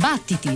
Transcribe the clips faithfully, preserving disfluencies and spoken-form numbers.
Battiti!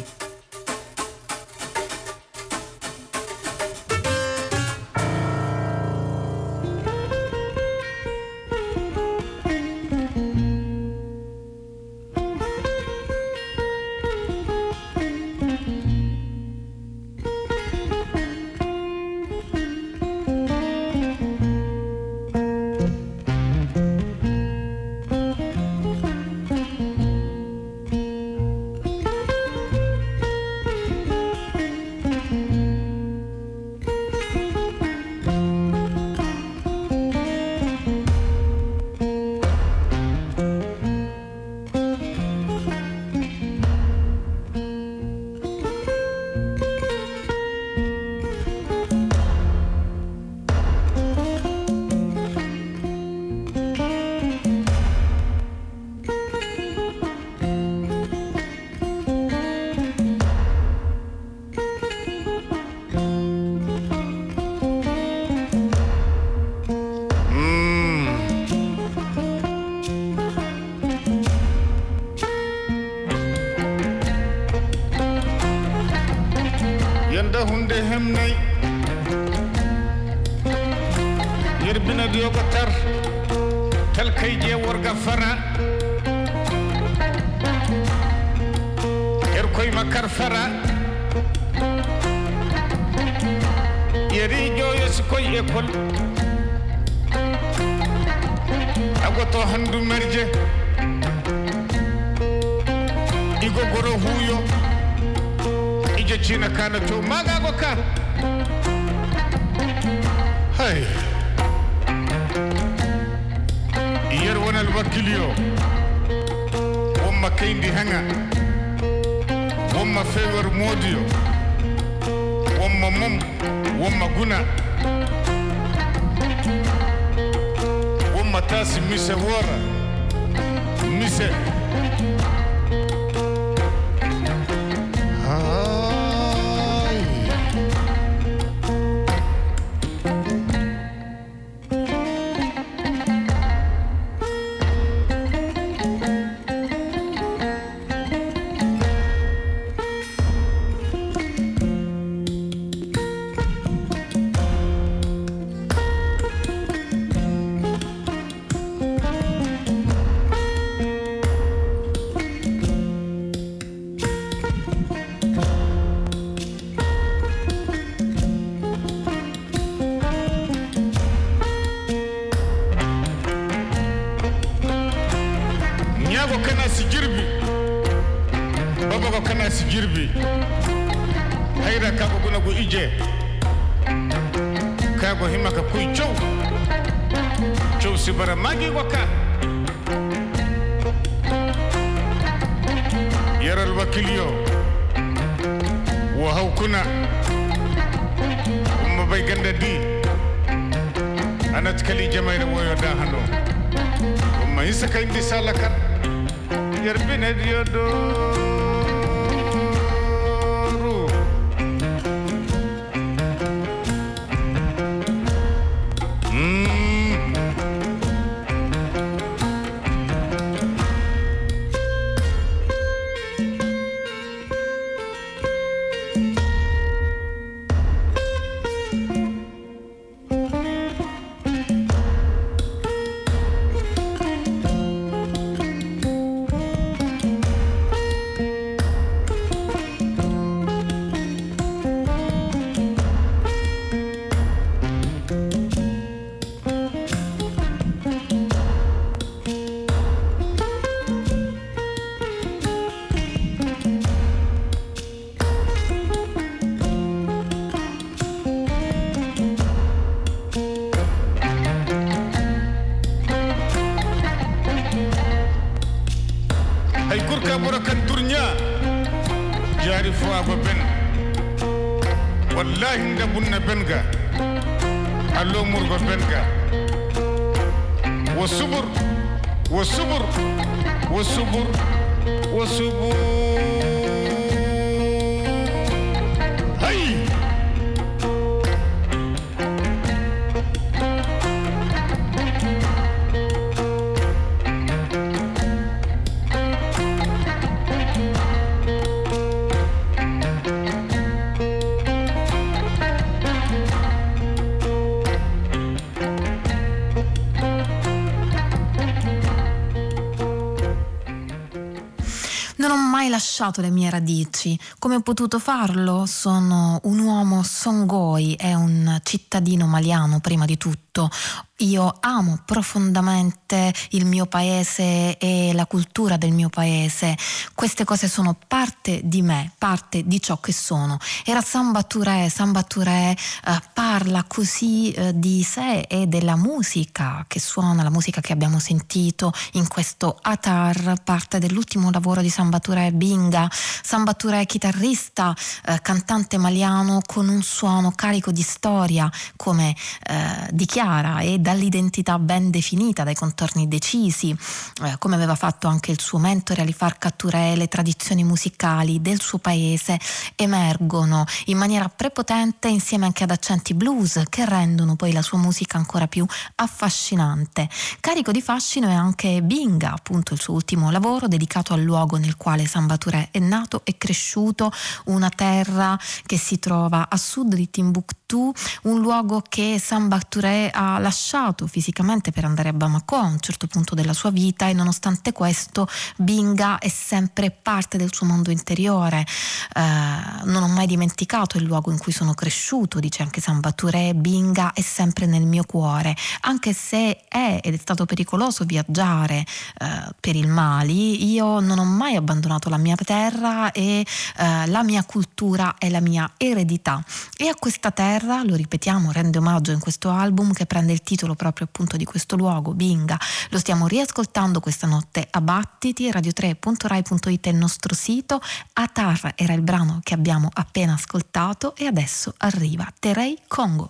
mai lasciato le mie radici. Come ho potuto farlo? Sono un uomo songoi e un cittadino maliano prima di tutto. Io amo profondamente il mio paese e la cultura del mio paese. Queste cose sono parte di me, parte di ciò che sono. Era Samba Touré. Samba Touré eh, parla così eh, di sé e della musica che suona, la musica che abbiamo sentito in questo Atar, parte dell'ultimo lavoro di Samba Touré, Binga. Samba Touré, chitarrista, eh, cantante maliano con un suono carico di storia, come eh, dichiara, e dall'identità ben definita, dai contorni decisi, eh, come aveva fatto anche il suo mentore Alifar Touré. Le tradizioni musicali del suo paese emergono in maniera prepotente insieme anche ad accenti blues che rendono poi la sua musica ancora più affascinante. Carico di fascino è anche Binga, appunto il suo ultimo lavoro dedicato al luogo nel quale Samba Touré è nato e cresciuto, una terra che si trova a sud di Timbuktu, un luogo che Samba Touré ha lasciato fisicamente per andare a Bamako a un certo punto della sua vita, e nonostante questo Binga è sempre parte del suo mondo interiore. Eh, non ho mai dimenticato il luogo in cui sono cresciuto, dice anche Samba Touré. Binga è sempre nel mio cuore, anche se è ed è stato pericoloso viaggiare eh, per il Mali. Io non ho mai abbandonato la mia terra e eh, la mia cultura e la mia eredità, e a questa terra, lo ripetiamo, rende omaggio in questo album che prende il titolo proprio appunto di questo luogo, Binga. Lo stiamo riascoltando questa notte a Battiti. radio tre punto rai punto it è il nostro sito. Atar era il brano che abbiamo appena ascoltato, e adesso arriva Terei Congo.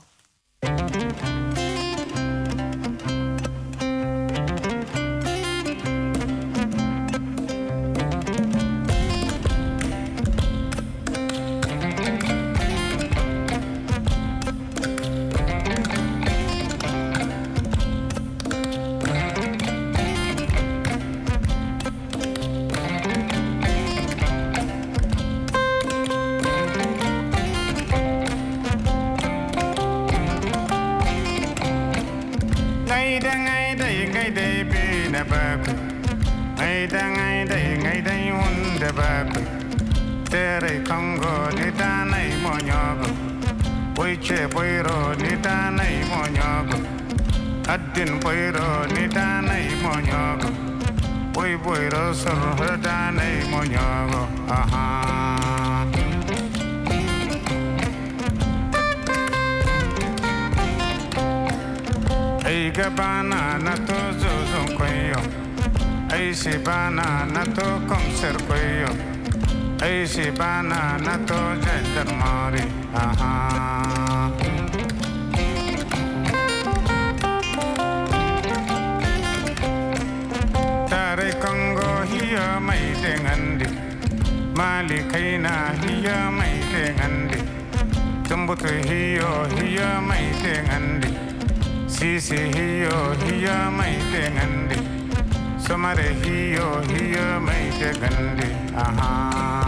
Tere Congo ni tanai monyogo, Boiche Boiro ni tanai monyogo, Addin Boiro ni tanai monyogo, Boi Boiro sor tanai monyogo. Aha. Ei gabana na to zozon kwayo, Ei sibana na to komser kwayo. Ei si bana na to gendarmeri, aha. Tare Congo hiya mai dengandi, Mali kaina hiya mai dengandi, Tumbutu hiyo hiya mai dengandi, Sisi hiyo hiya mai dengandi, Somare hiyo hiya mai dengandi, aha.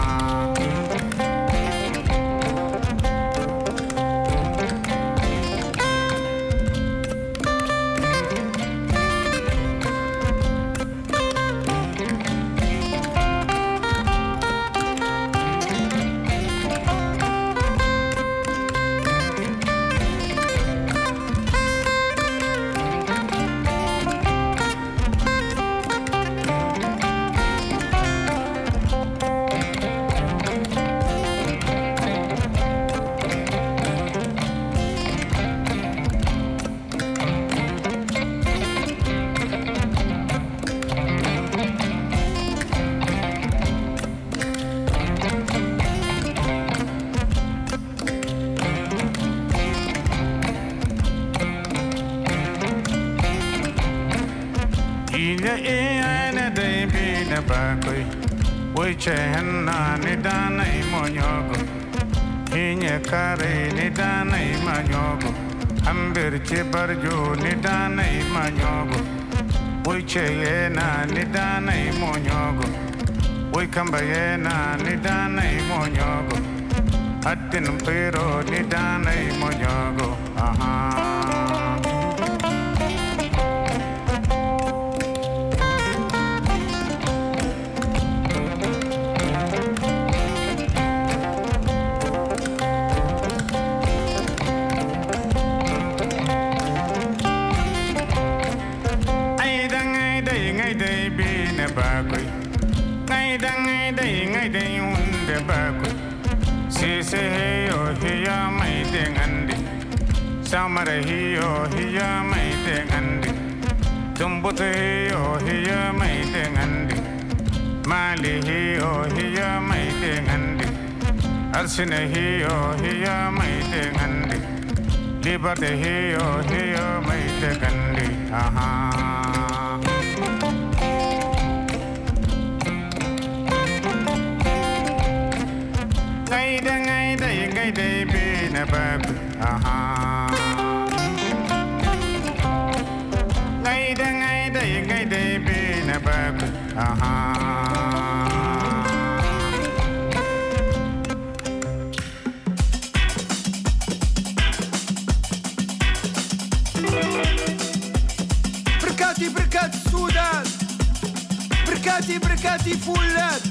Chehna ni danai monyogo, Inye kare ni danai manyogo, Ambir chibarjo ni danai manyogo, Oi cheyena ni danai monyogo, Oi kambayena ni danai monyogo, Atin pero ni danai monyogo, aha. ngay day bi ne bakui ngay da ngay day ngay day unde bakui si se he yo hiya mai de ngandi samare hi yo hiya mai de ngandi tumbute yo hiya mai de ngandi mali hi yo hiya mai de ngandi arsine hi yo hiya mai de ngandi liberty hi yo hiya mai de ngandi aha ngay da ngay da ngay da bi na baku aha ngay da ngay da ngay da bi na baku aha بركاتي بركات السودان بركاتي بركاتي فولاد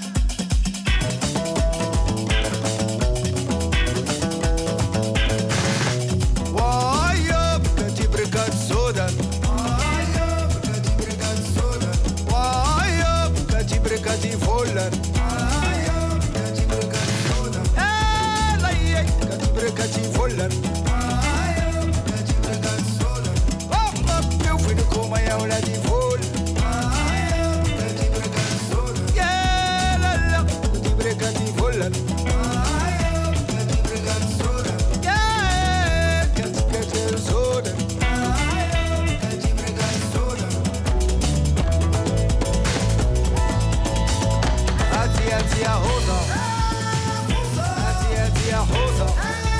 وايا بركاتي بركات السودان وايا بركاتي بركات السودان وايا بركاتي بركاتي فولاد وايا بركاتي بركات السودان ايه لاي بركاتي بركاتي فولاد وايا بركاتي بركات السودان وقف فينكم يا ولادي فول وايا بركاتي بركات السودان يا لا لا بركاتي بركاتي فولاد وايا بركاتي بركات السودان يا بركاتي بركاتي السودان وايا بركاتي بركات السودان هاتي هاتي يا هوزة هاتي هاتي يا هوزة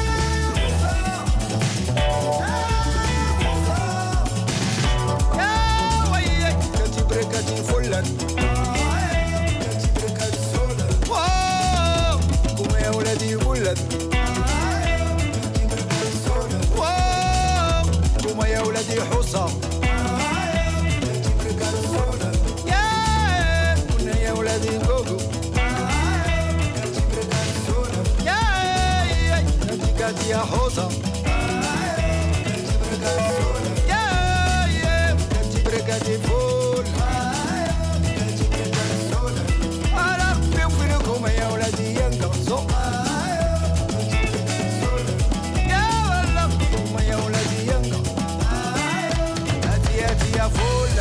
يا وياك بركاتي بركاتي فولاد بركاتي بركاتي السودان واو قوم يا ولادي ولاد بركاتي بركاتي السودان واو قوم يا ولادي حصى بركاتي بركاتي السودان يا كنا يا ولادي جوجو بركاتي بركاتي السودان يا يا بركاتي يا حصى بركاتي بركاتي السودان يا يا بركاتي بركاتي فول بركاتي بركاتي السودان أنا بيوفينكم يا ولادي ينقصوا بركاتي بركاتي السودان يا والله قوم يا ولادي ينقصوا هاتي هاتي يا فول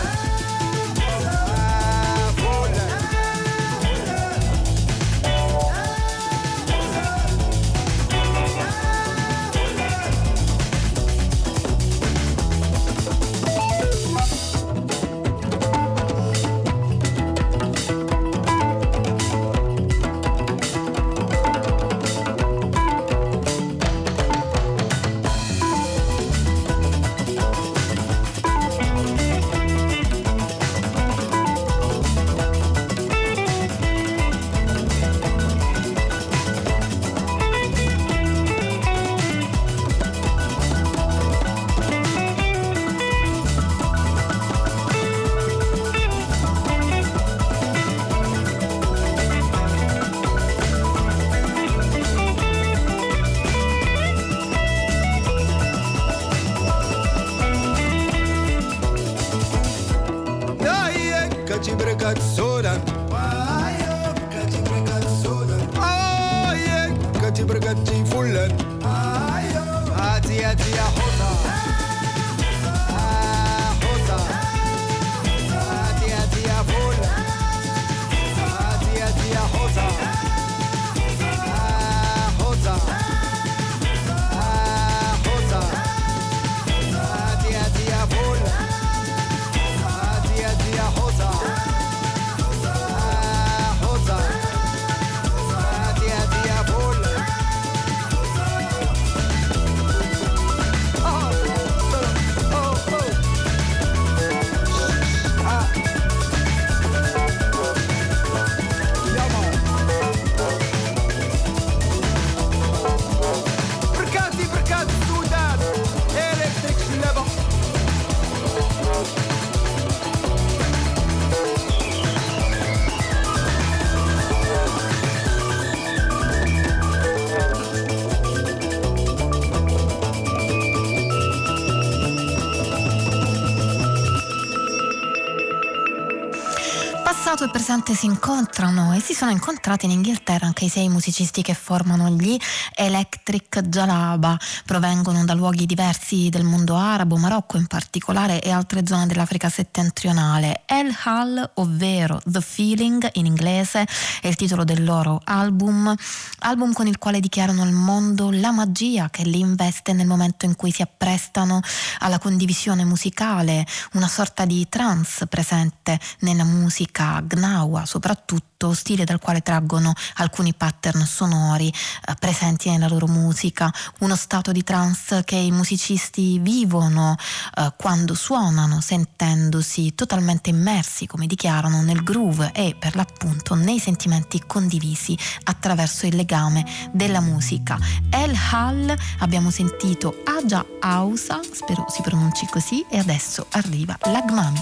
آه فول يا يا بركاتي بركاتي السودان وايا بركاتي بركاتي السودان آه يا بركاتي بركاتي فولاد ايوه هاتي هاتي يا حوطة آه حوطة هاتي هاتي يا فولاد هاتي هاتي يا حوطة آه حوطة آه حوطة هاتي هاتي يا فولاد هاتي هاتي يا حوطة آه حوطة هاتي هاتي يا فولاد Passato e presente si incontrano e si sono incontrati in Inghilterra anche i sei musicisti che formano gli Electric Jalaba. Provengono da luoghi diversi del mondo arabo, Marocco in particolare, e altre zone dell'Africa settentrionale. El Hal, ovvero The Feeling in inglese, è il titolo del loro album, album con il quale dichiarano al mondo la magia che li investe nel momento in cui si apprestano alla condivisione musicale, una sorta di trance presente nella musica gnawa, soprattutto stile dal quale traggono alcuni pattern sonori eh, presenti nella loro musica, uno stato di trance che i musicisti vivono eh, quando suonano, sentendosi totalmente immersi, come dichiarano, nel groove e per l'appunto nei sentimenti condivisi attraverso il legame della musica. El Hal, abbiamo sentito Aja Hausa, spero si pronunci così, e adesso arriva l'Agmami.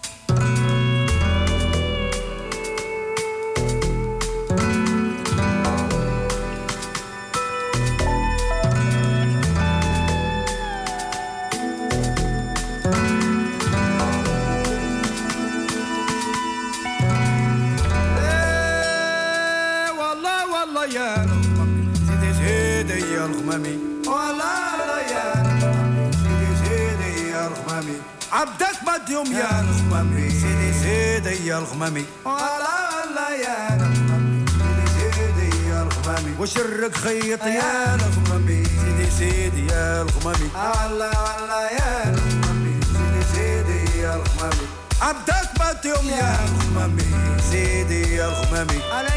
يا الغمامي سيدي سيدي يا الغمامي والله يا الغمامي سيدي سيدي يا الغمامي عبدك مديوم يا الغمامي سيدي سيدي يا الغمامي والله يا الغمامي سيدي سيدي يا الغمامي وشرك خيط يا الغمامي سيدي سيدي يا الغمامي والله والله يا الغمامي سيدي سيدي يا الغمامي عبدك مديوم يا الغمامي سيدي يا الغمامي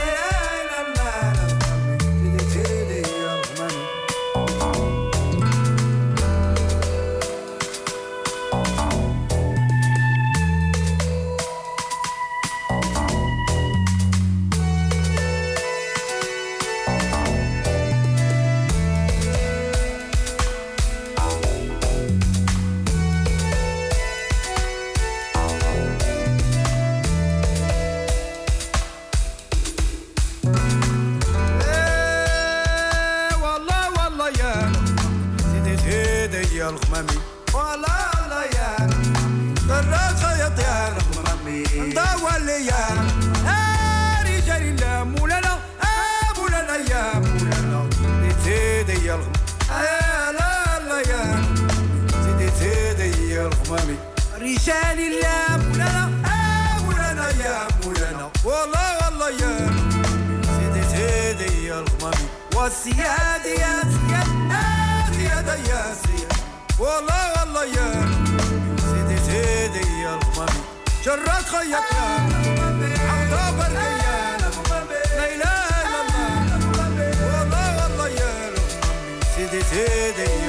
الغمامي والله الله يا الرقة يا طيار الغمامي ضوى يا رجال الله مولانا مولانا يا مولانا سيدي يا الغمامي يا لا لا يا سيدي سيدي يا الغمامي رجال الله مولانا مولانا يا مولانا والله والله يا سيدي سيدي يا الغمامي والسيادة يا سيادة سيادة يا سيادة والله والله يا سيدي سيدي يا الغمامي جرات خيط يا عوضة برقة يا لا إله إلا الله والله والله يا الغمامي سيدي سيدي يا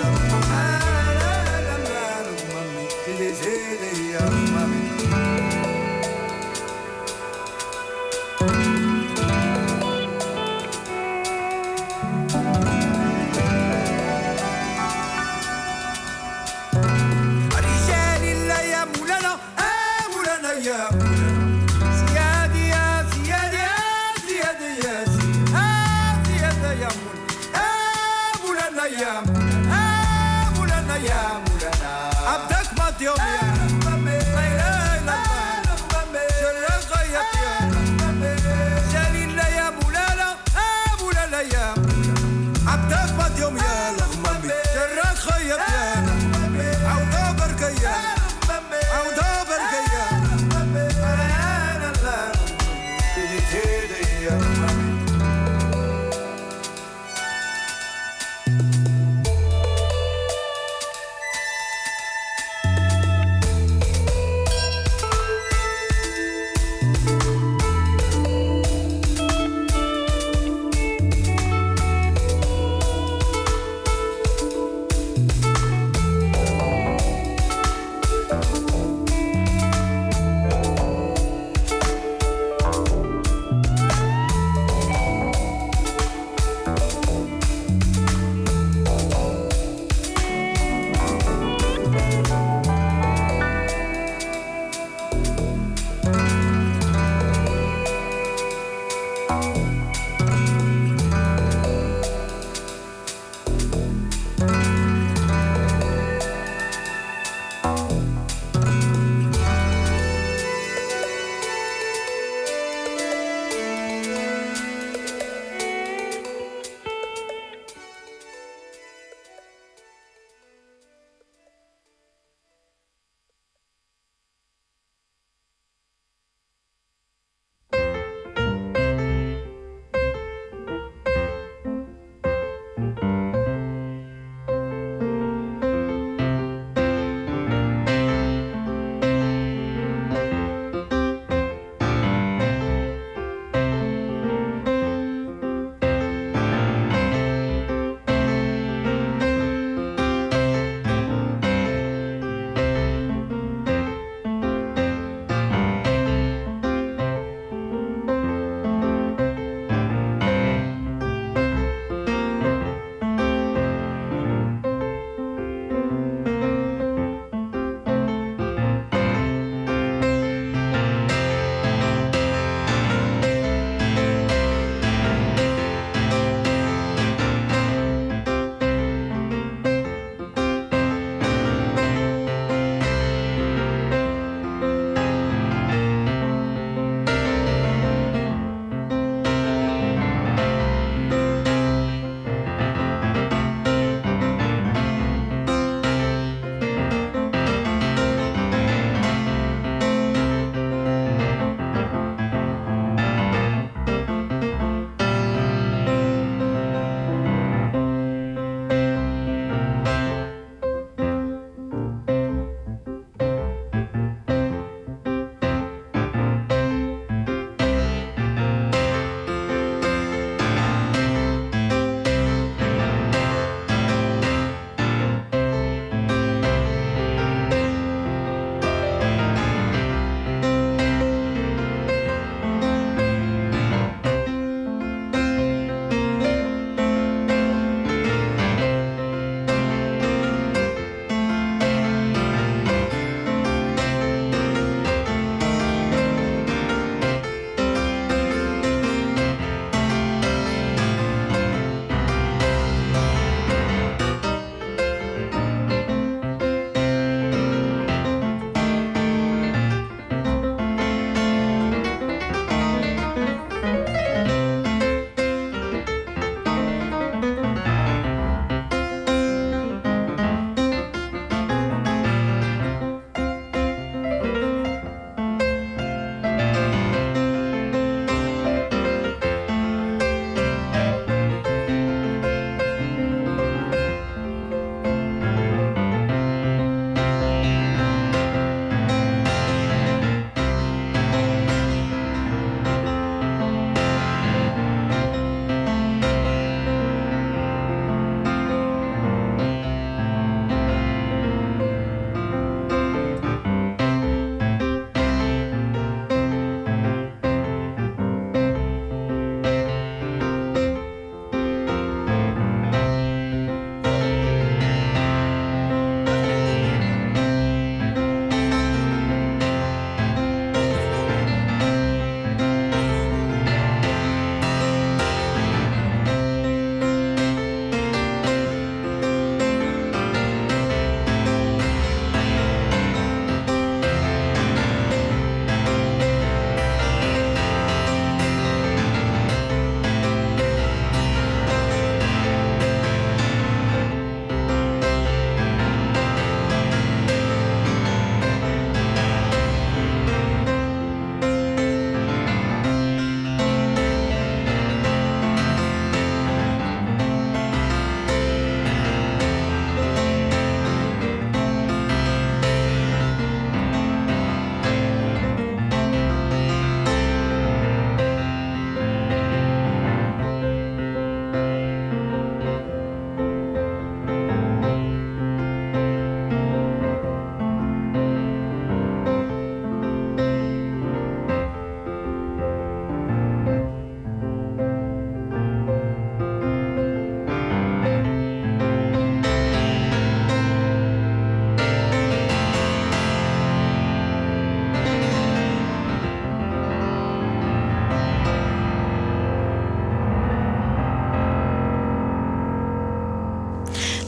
الغمامي سيدي سيدي يا الغمامي يا سيادي يا سيادي يا سيادي يا سيادي يا مولانا يا مولانا يا مولانا عبدك مديوم يا لا إله إلا الله شرق خيط يا جليل يا مولانا مولانا يا عبدك مديوم يا الغمامي شرق خيط يا عوضة بركة يا عوضة بركة يا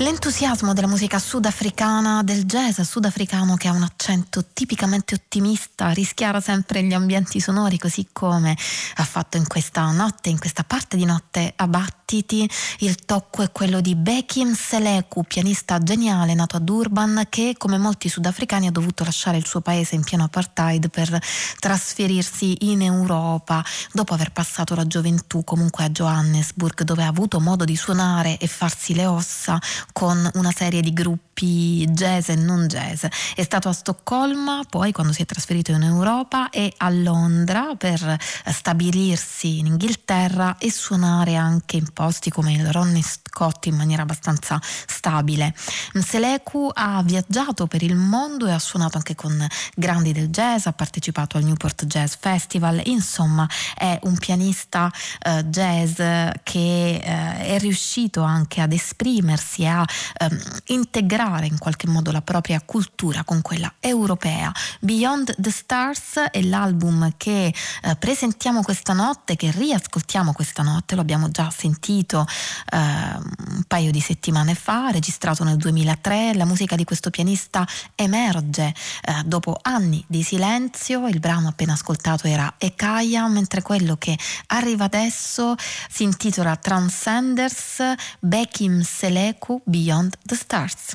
L'entusiasmo della musica sudafricana, del jazz sudafricano che ha un accento tipicamente ottimista, rischiara sempre gli ambienti sonori, così come ha fatto in questa notte, in questa parte di notte a Battiti. Il tocco è quello di Bheki Mseleku, pianista geniale nato a Durban, che come molti sudafricani ha dovuto lasciare il suo paese in pieno apartheid per trasferirsi in Europa dopo aver passato la gioventù comunque a Johannesburg, dove ha avuto modo di suonare e farsi le ossa con una serie di gruppi jazz e non jazz. È stato a Stoccolma, poi quando si è trasferito in Europa, e a Londra per stabilirsi in Inghilterra e suonare anche in posti come il Ronnie Scott in maniera abbastanza stabile. Mseleku ha viaggiato per il mondo e ha suonato anche con grandi del jazz, ha partecipato al Newport Jazz Festival, insomma è un pianista eh, jazz che eh, è riuscito anche ad esprimersi e a ehm, integrare in qualche modo la propria cultura con quella europea. Beyond the Stars è l'album che eh, presentiamo questa notte, che riascoltiamo questa notte, lo abbiamo già sentito eh, un paio di settimane fa, registrato nel duemilatré. La musica di questo pianista emerge eh, dopo anni di silenzio. Il brano appena ascoltato era Ekaya, mentre quello che arriva adesso si intitola Transcenders, Bheki Mseleku, Beyond the Stars.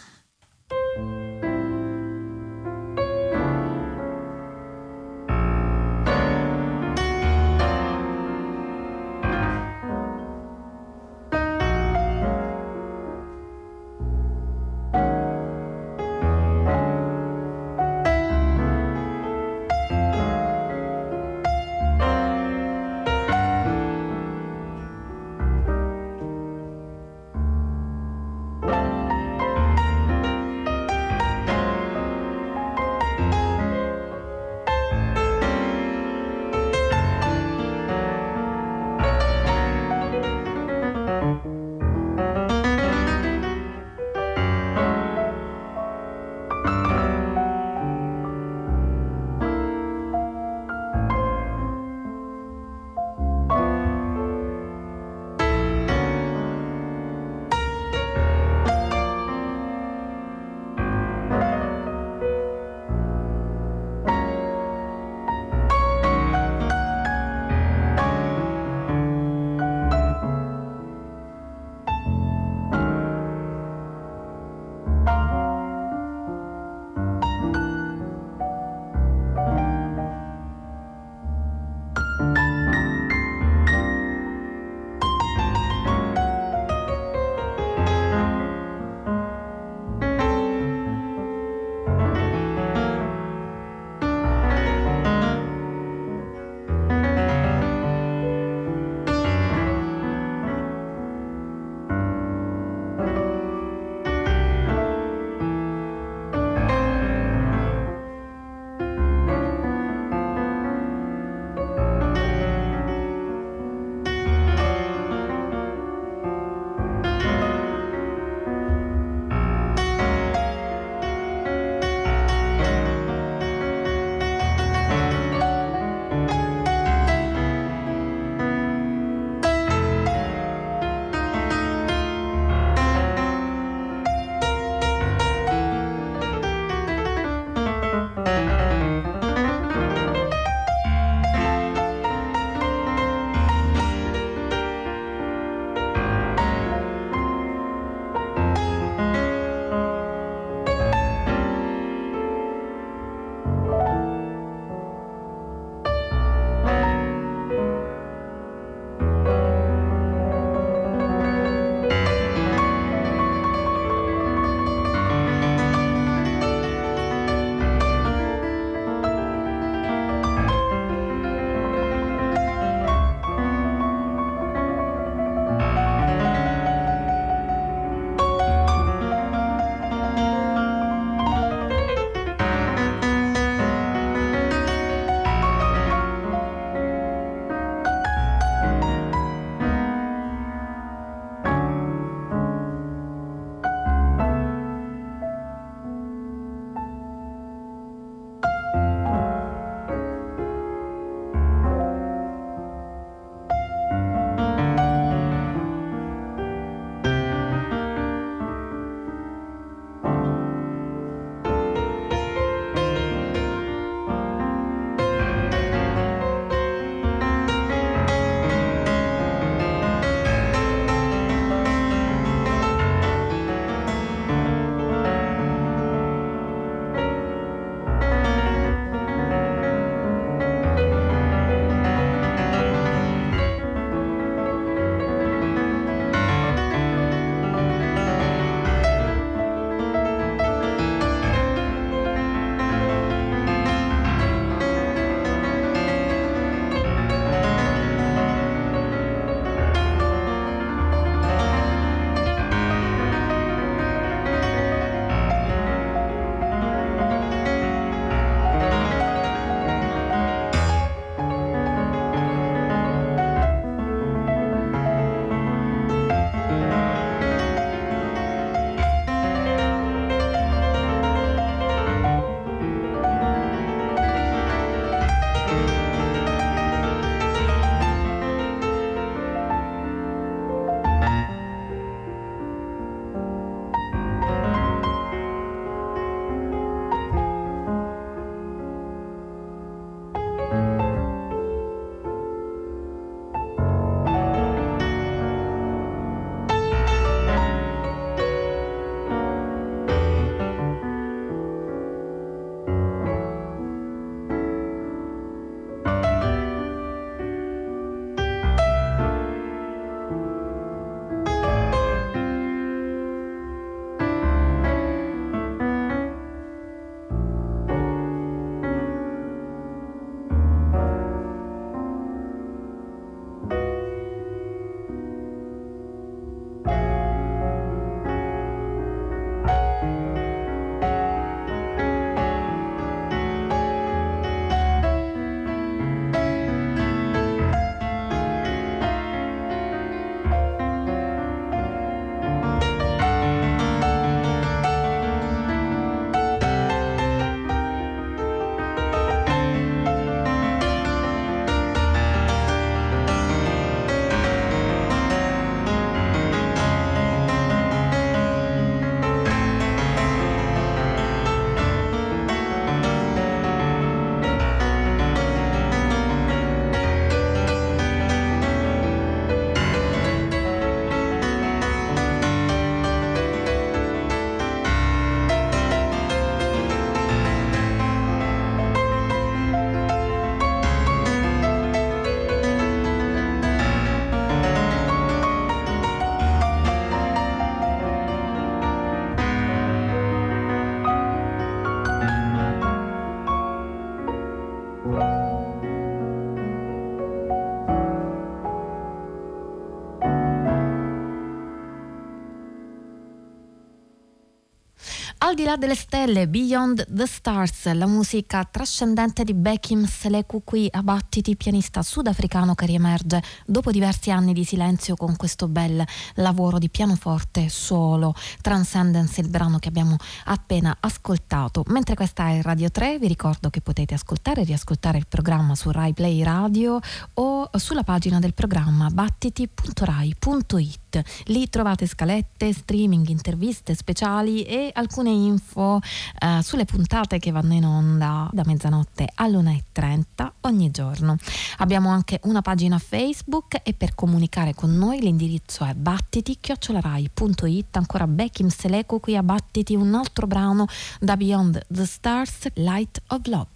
Al di là delle stelle, Beyond the Stars, la musica trascendente di Bekim Seleku qui a Battiti, pianista sudafricano che riemerge dopo diversi anni di silenzio con questo bel lavoro di pianoforte solo, Transcendence, il brano che abbiamo appena ascoltato. Mentre questa è Radio tre, vi ricordo che potete ascoltare e riascoltare il programma su Rai Play Radio o sulla pagina del programma battiti punto rai punto it. Lì trovate scalette, streaming, interviste speciali e alcune info eh, sulle puntate che vanno in onda da mezzanotte all'una e trenta ogni giorno. Abbiamo anche una pagina Facebook e per comunicare con noi l'indirizzo è battiti chiocciola rai punto it. Ancora Bekim Seleku qui a Battiti, un altro brano da Beyond the Stars, Light of Love.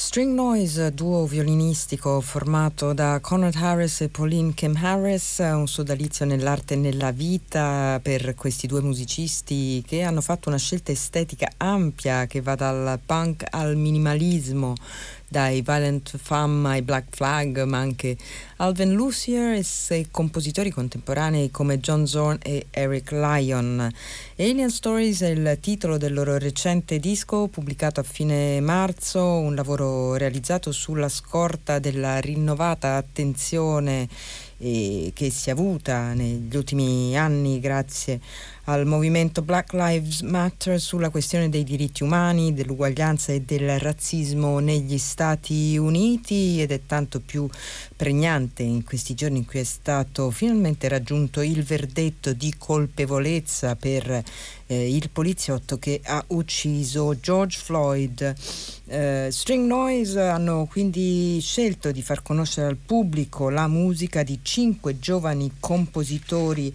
String Noise, duo violinistico formato da Conrad Harris e Pauline Kim Harris, un sodalizio nell'arte e nella vita per questi due musicisti che hanno fatto una scelta estetica ampia che va dal punk al minimalismo, dai Violent Femmes ai Black Flag, ma anche Alvin Lucier e compositori contemporanei come John Zorn e Eric Lyon. Alien Stories è il titolo del loro recente disco pubblicato a fine marzo, un lavoro realizzato sulla scorta della rinnovata attenzione eh, che si è avuta negli ultimi anni grazie al movimento Black Lives Matter sulla questione dei diritti umani, dell'uguaglianza e del razzismo negli Stati Uniti, ed è tanto più pregnante in questi giorni in cui è stato finalmente raggiunto il verdetto di colpevolezza per eh, il poliziotto che ha ucciso George Floyd. Eh, String Noise hanno quindi scelto di far conoscere al pubblico la musica di cinque giovani compositori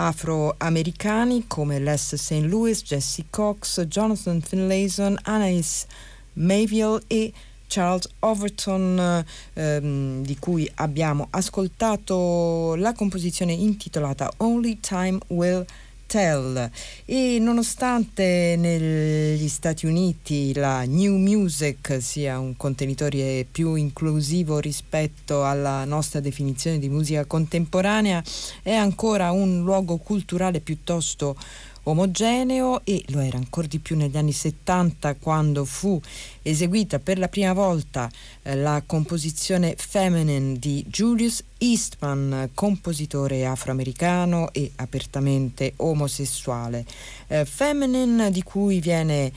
afroamericani come Les Saint Louis, Jesse Cox, Jonathan Finlayson, Anais Mayville e Charles Overton, ehm, di cui abbiamo ascoltato la composizione intitolata Only Time Will Tell. E nonostante negli Stati Uniti la new music sia un contenitore più inclusivo rispetto alla nostra definizione di musica contemporanea, è ancora un luogo culturale piuttosto omogeneo, e lo era ancora di più negli anni settanta, quando fu eseguita per la prima volta eh, la composizione Feminine di Julius Eastman, compositore afroamericano e apertamente omosessuale. Eh, Feminine, di cui viene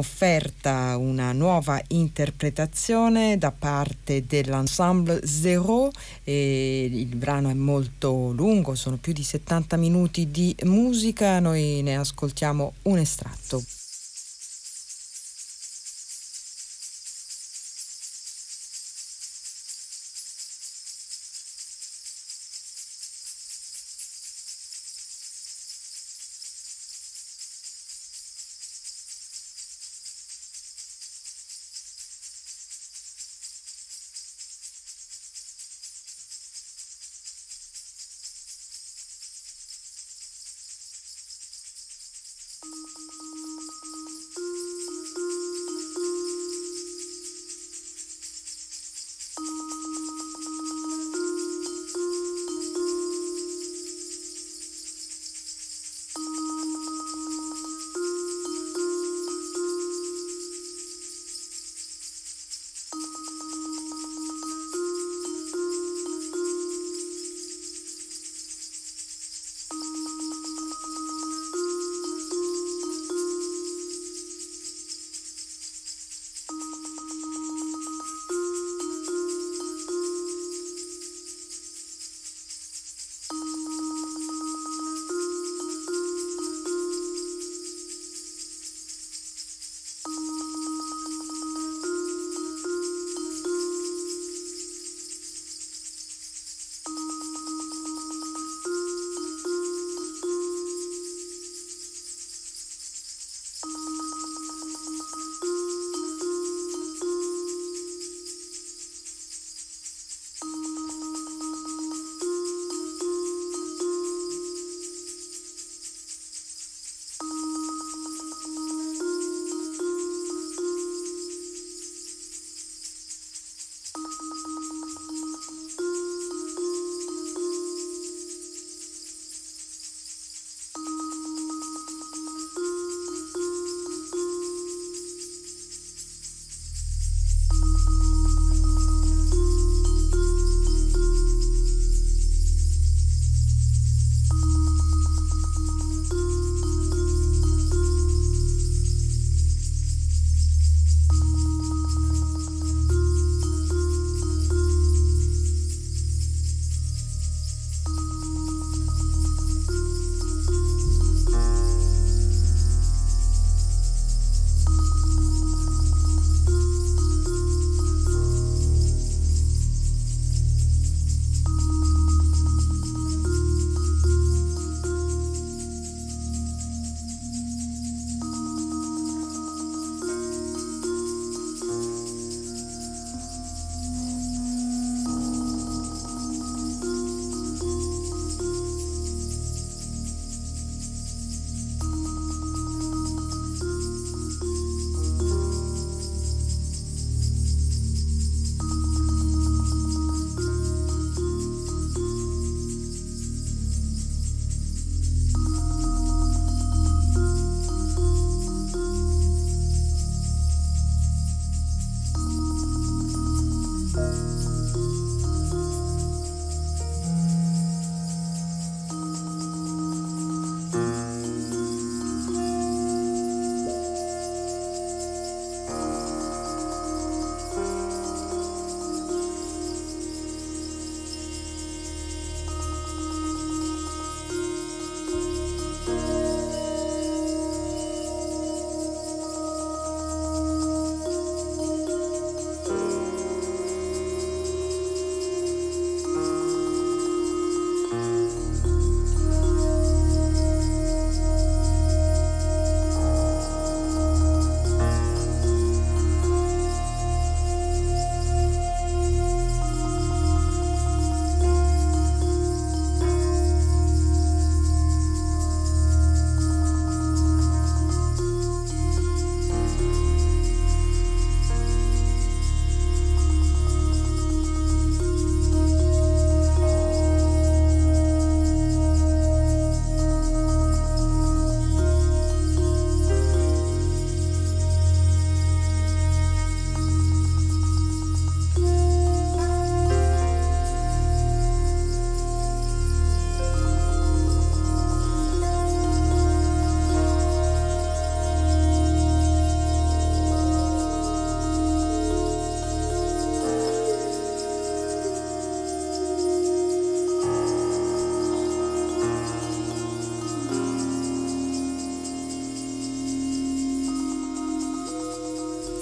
offerta una nuova interpretazione da parte dell'ensemble Zero, e il brano è molto lungo, sono più di settanta minuti di musica, noi ne ascoltiamo un estratto.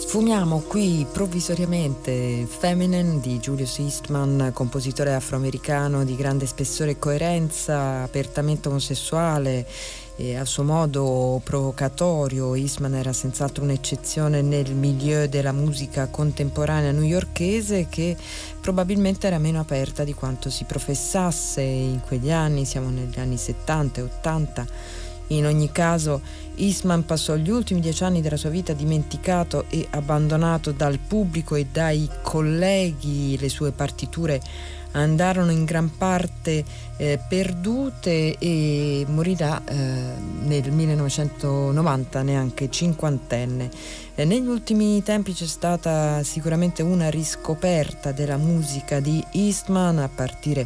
Sfumiamo qui provvisoriamente Feminine di Julius Eastman, compositore afroamericano di grande spessore e coerenza, apertamente omosessuale e a suo modo provocatorio. Eastman era senz'altro un'eccezione nel milieu della musica contemporanea newyorkese, che probabilmente era meno aperta di quanto si professasse in quegli anni. Siamo negli anni settanta e ottanta. In ogni caso, Eastman passò gli ultimi dieci anni della sua vita dimenticato e abbandonato dal pubblico e dai colleghi. Le sue partiture andarono in gran parte eh, perdute e morirà eh, nel millenovecentonovanta, neanche cinquantenne. Eh, negli ultimi tempi c'è stata sicuramente una riscoperta della musica di Eastman, a partire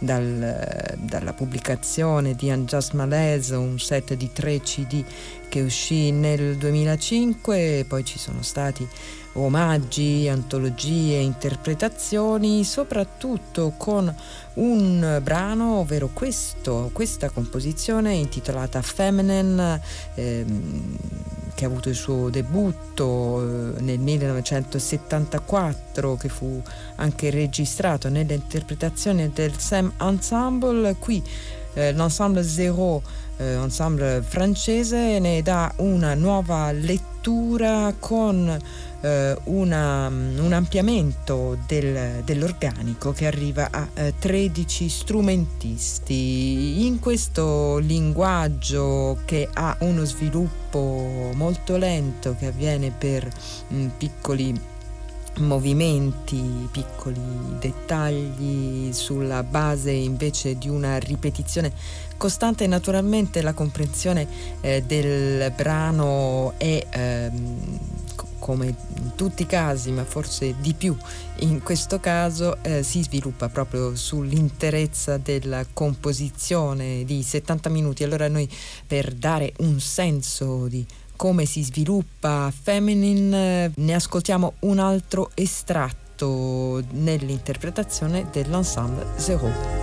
dal, dalla pubblicazione di Unjust Malaise, un set di tre C D che uscì nel duemilacinque. Poi ci sono stati omaggi, antologie, interpretazioni, soprattutto con un brano, ovvero questo, questa composizione intitolata Feminine, ehm, che ha avuto il suo debutto eh, nel millenovecentosettantaquattro, che fu anche registrato nelle interpretazioni del Sam Ensemble. Qui eh, l'Ensemble Zero, eh, ensemble francese, ne dà una nuova lettura con Uh, una, un ampliamento del, dell'organico che arriva a uh, tredici strumentisti. In questo linguaggio che ha uno sviluppo molto lento, che avviene per mh, piccoli movimenti, piccoli dettagli, sulla base invece di una ripetizione costante, naturalmente la comprensione eh, del brano è ehm, come in tutti i casi, ma forse di più in questo caso, eh, si sviluppa proprio sull'interezza della composizione di settanta minuti. Allora noi, per dare un senso di come si sviluppa Feminine, ne ascoltiamo un altro estratto nell'interpretazione dell'Ensemble Zero.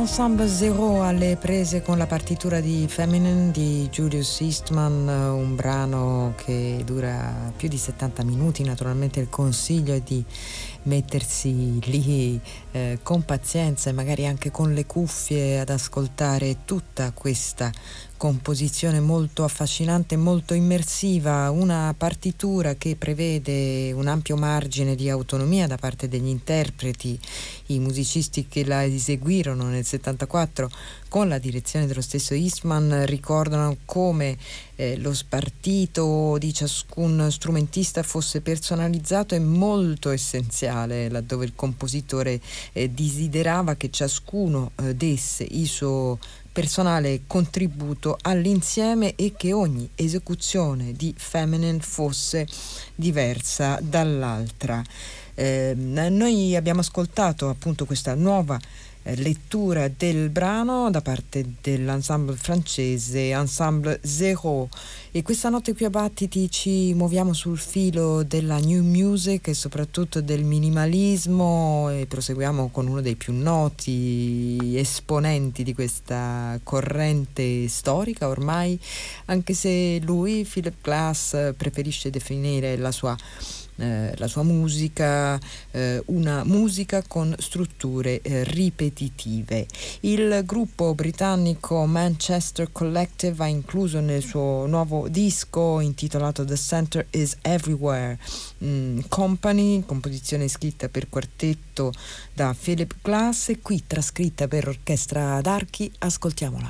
L'ensemble Zero alle prese con la partitura di Feminine di Julius Eastman, un brano che dura più di settanta minuti. Naturalmente il consiglio è di mettersi lì eh, con pazienza e magari anche con le cuffie ad ascoltare tutta questa composizione molto affascinante, molto immersiva, una partitura che prevede un ampio margine di autonomia da parte degli interpreti. I musicisti che la eseguirono nel settantaquattro con la direzione dello stesso Eastman ricordano come eh, lo spartito di ciascun strumentista fosse personalizzato e molto essenziale, laddove il compositore eh, desiderava che ciascuno eh, desse il suo personale contributo all'insieme e che ogni esecuzione di Feminine fosse diversa dall'altra. Eh, noi abbiamo ascoltato appunto questa nuova eh, lettura del brano da parte dell'ensemble francese Ensemble Zero, e questa notte qui a Battiti ci muoviamo sul filo della new music e soprattutto del minimalismo, e proseguiamo con uno dei più noti esponenti di questa corrente storica ormai, anche se lui, Philip Glass, preferisce definire la sua Eh, la sua musica eh, una musica con strutture eh, ripetitive. Il gruppo britannico Manchester Collective ha incluso nel suo nuovo disco intitolato The Center is Everywhere mm, Company, composizione scritta per quartetto da Philip Glass e qui trascritta per orchestra d'archi. Ascoltiamola.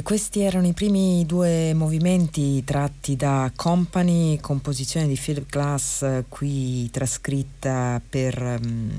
E questi erano i primi due movimenti tratti da Company, composizione di Philip Glass, qui trascritta per,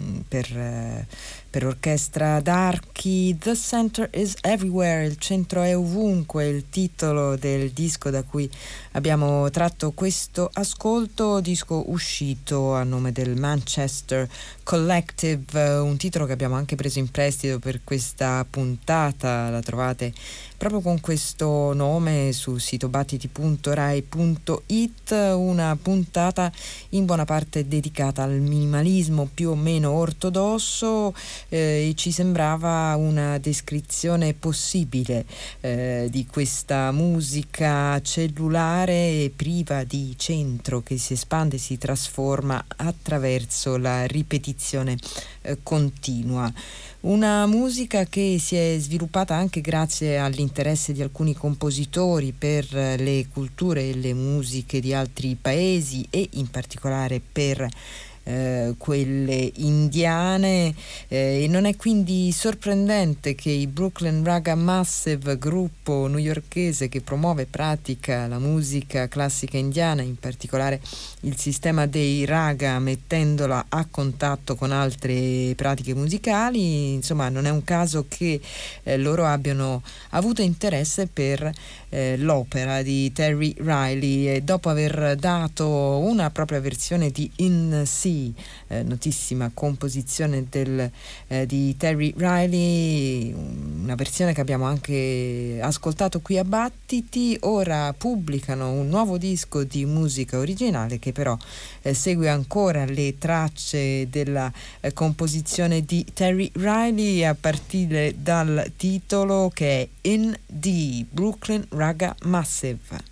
per, per orchestra d'archi. The Center is Everywhere, il centro è ovunque, il titolo del disco da cui abbiamo tratto questo ascolto, disco uscito a nome del Manchester Collective, un titolo che abbiamo anche preso in prestito per questa puntata, la trovate proprio con questo nome sul sito battiti punto rai punto it, una puntata in buona parte dedicata al minimalismo più o meno ortodosso, eh, e ci sembrava una descrizione possibile eh, di questa musica cellulare e priva di centro che si espande e si trasforma attraverso la ripetizione eh, continua. Una musica che si è sviluppata anche grazie all'interesse di alcuni compositori per le culture e le musiche di altri paesi e in particolare per Eh, quelle indiane, eh, e non è quindi sorprendente che i Brooklyn Raga Massive, gruppo newyorkese che promuove e pratica la musica classica indiana, in particolare il sistema dei raga, mettendola a contatto con altre pratiche musicali, insomma non è un caso che eh, loro abbiano avuto interesse per eh, l'opera di Terry Riley, e dopo aver dato una propria versione di In C, Eh, notissima composizione del, eh, di Terry Riley, una versione che abbiamo anche ascoltato qui a Battiti. Ora pubblicano un nuovo disco di musica originale che però eh, segue ancora le tracce della eh, composizione di Terry Riley, a partire dal titolo che è In D, Brooklyn Raga Massive.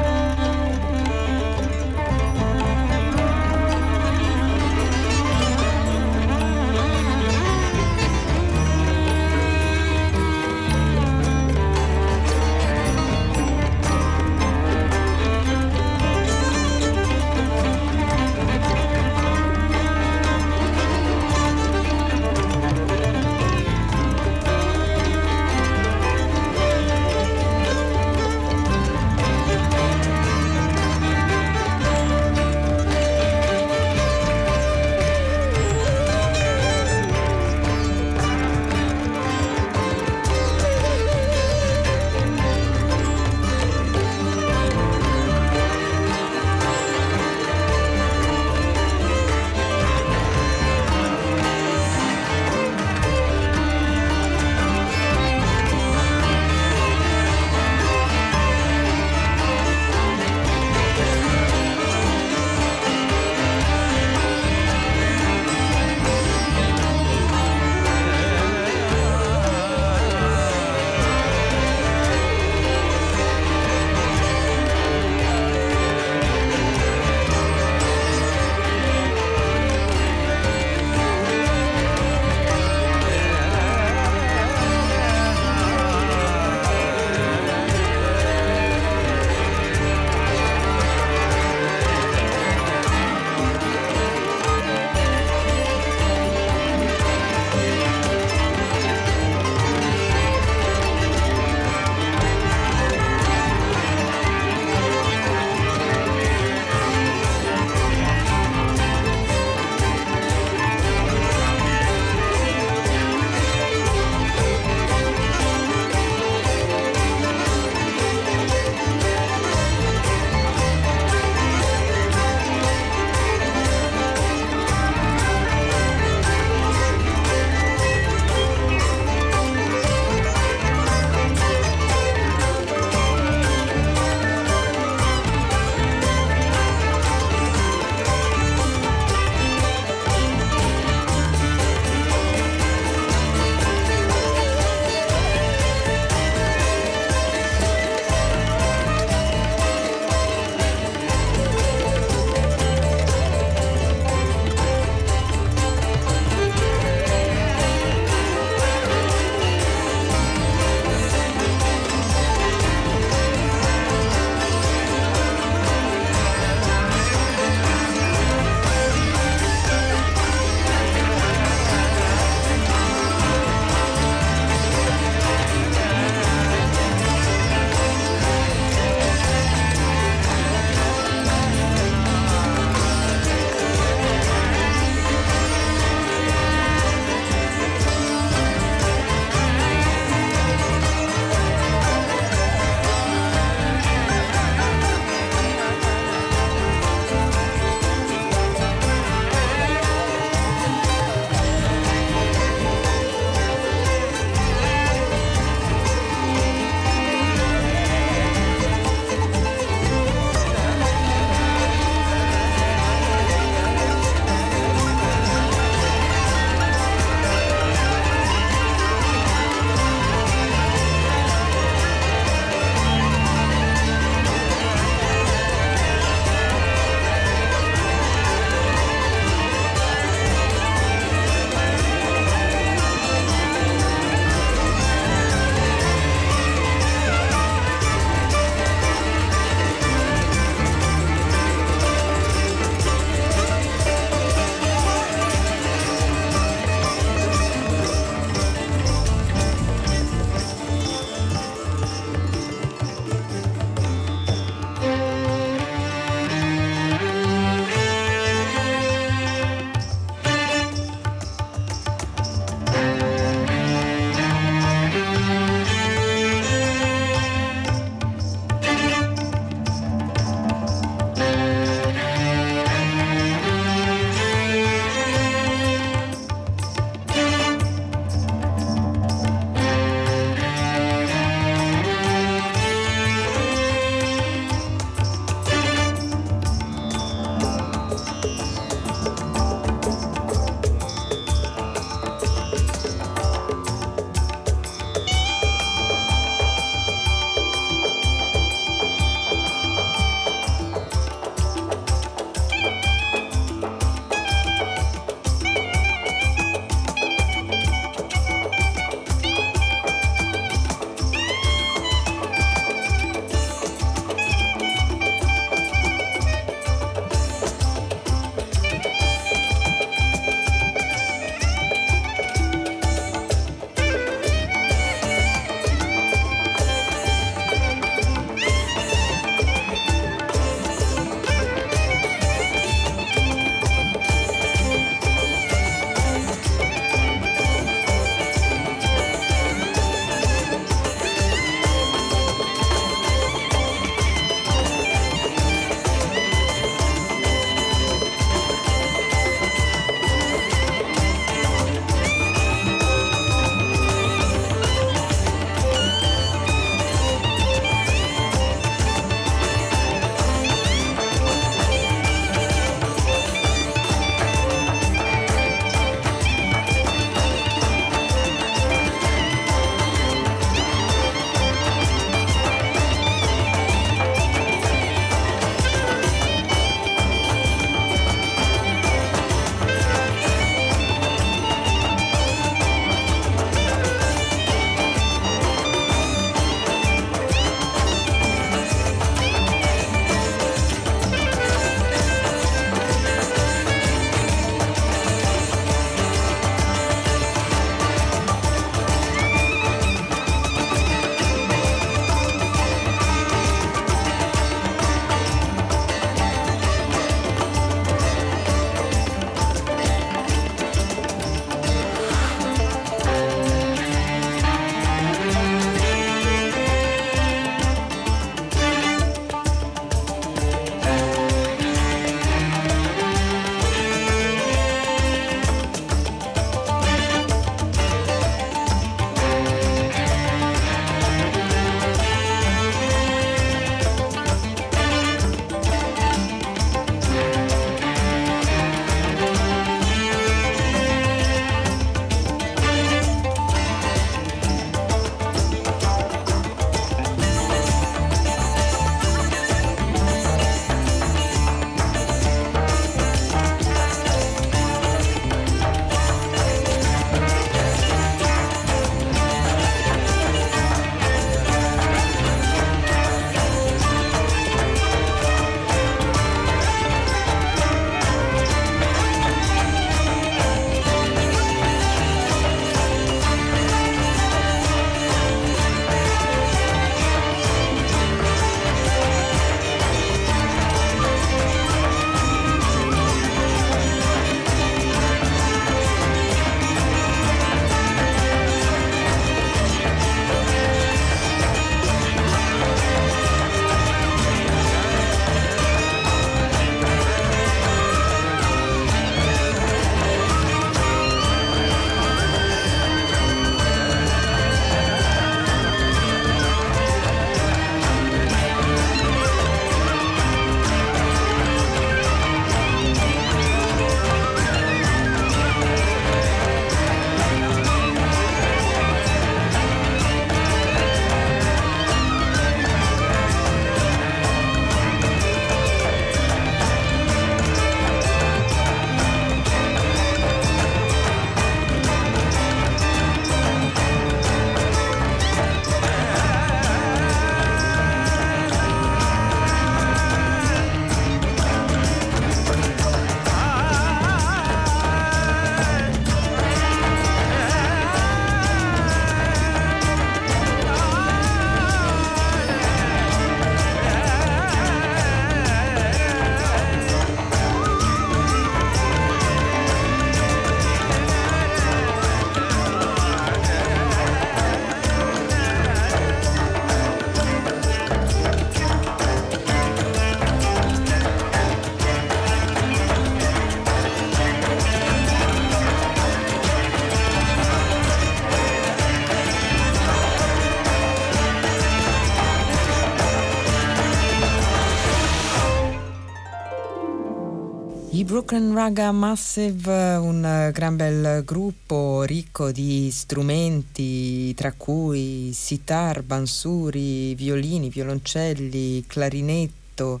I Brooklyn Raga Massive, un gran bel gruppo ricco di strumenti, tra cui sitar, bansuri, violini, violoncelli, clarinetto,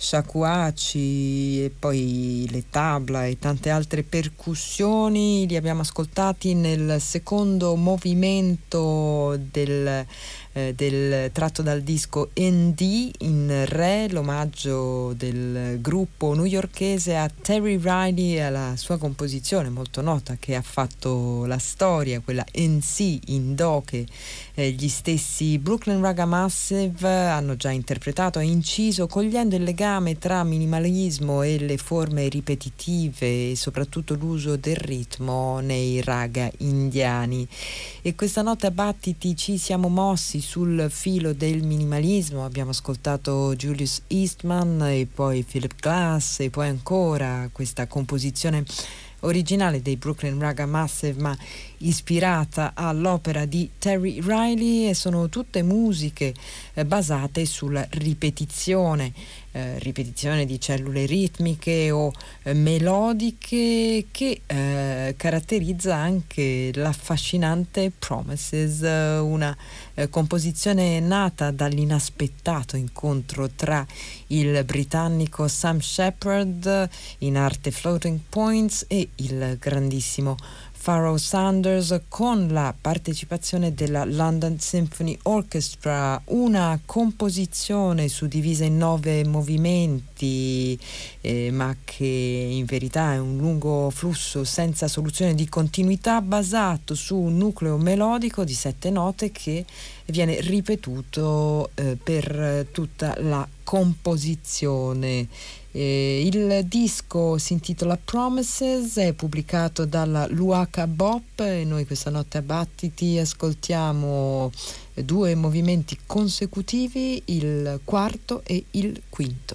shakuhachi e poi le tabla e tante altre percussioni. Li abbiamo ascoltati nel secondo movimento del Eh, del, tratto dal disco N D in re, l'omaggio del gruppo newyorkese a Terry Riley e alla sua composizione molto nota che ha fatto la storia, quella N C in do, che eh, gli stessi Brooklyn Raga Massive hanno già interpretato e inciso, cogliendo il legame tra minimalismo e le forme ripetitive e soprattutto l'uso del ritmo nei raga indiani. E questa notte a battiti ci siamo mossi sul filo del minimalismo, abbiamo ascoltato Julius Eastman e poi Philip Glass e poi ancora questa composizione originale dei Brooklyn Raga Massive ma ispirata all'opera di Terry Riley, e sono tutte musiche eh, basate sulla ripetizione, eh, ripetizione di cellule ritmiche o eh, melodiche che eh, caratterizza anche l'affascinante Promises, eh, una eh, composizione nata dall'inaspettato incontro tra il britannico Sam Shepard, in arte Floating Points, e il grandissimo Pharoah Sanders, con la partecipazione della London Symphony Orchestra, una composizione suddivisa in nove movimenti eh, ma che in verità è un lungo flusso senza soluzione di continuità, basato su un nucleo melodico di sette note che viene ripetuto eh, per tutta la composizione. Eh, il disco si intitola Promises, è pubblicato dalla Luaka Bop e noi questa notte a battiti ascoltiamo due movimenti consecutivi, il quarto e il quinto.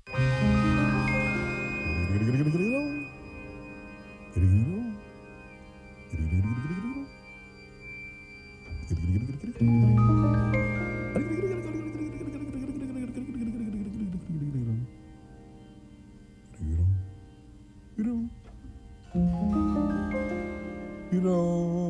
You know,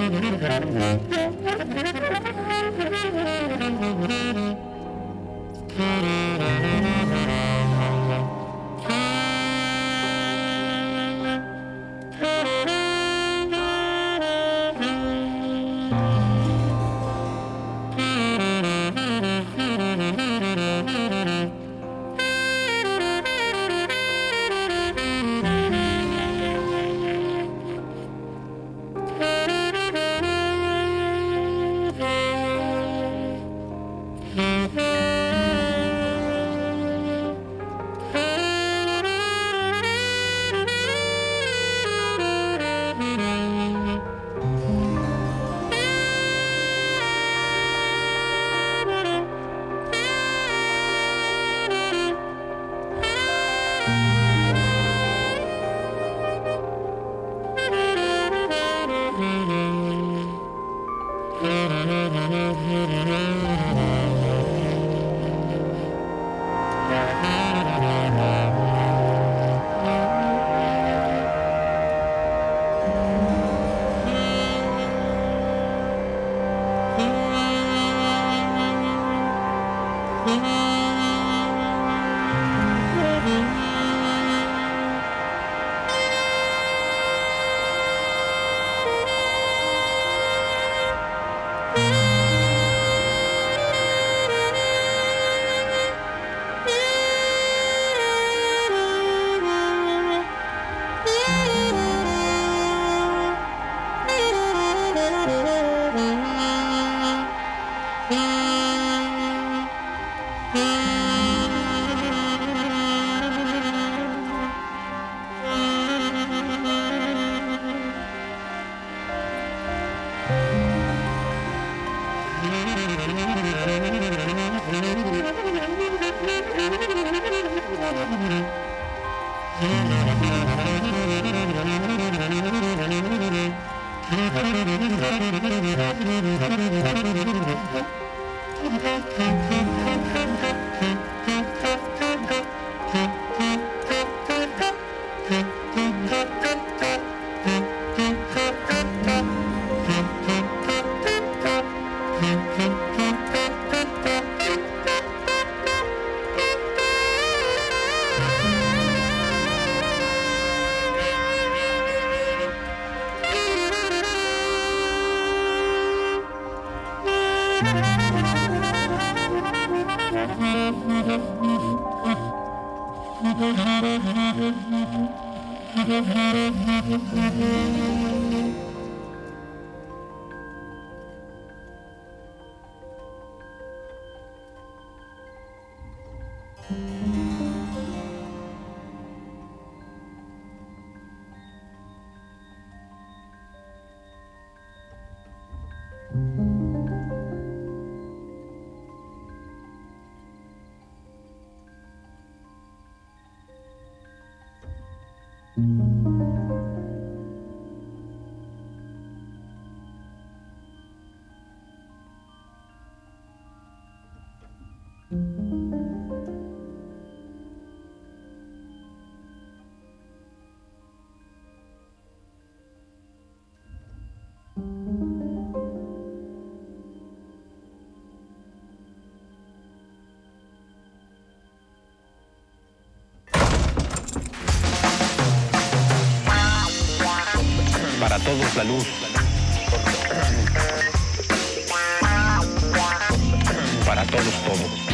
Para todos la luz. Para todos todo.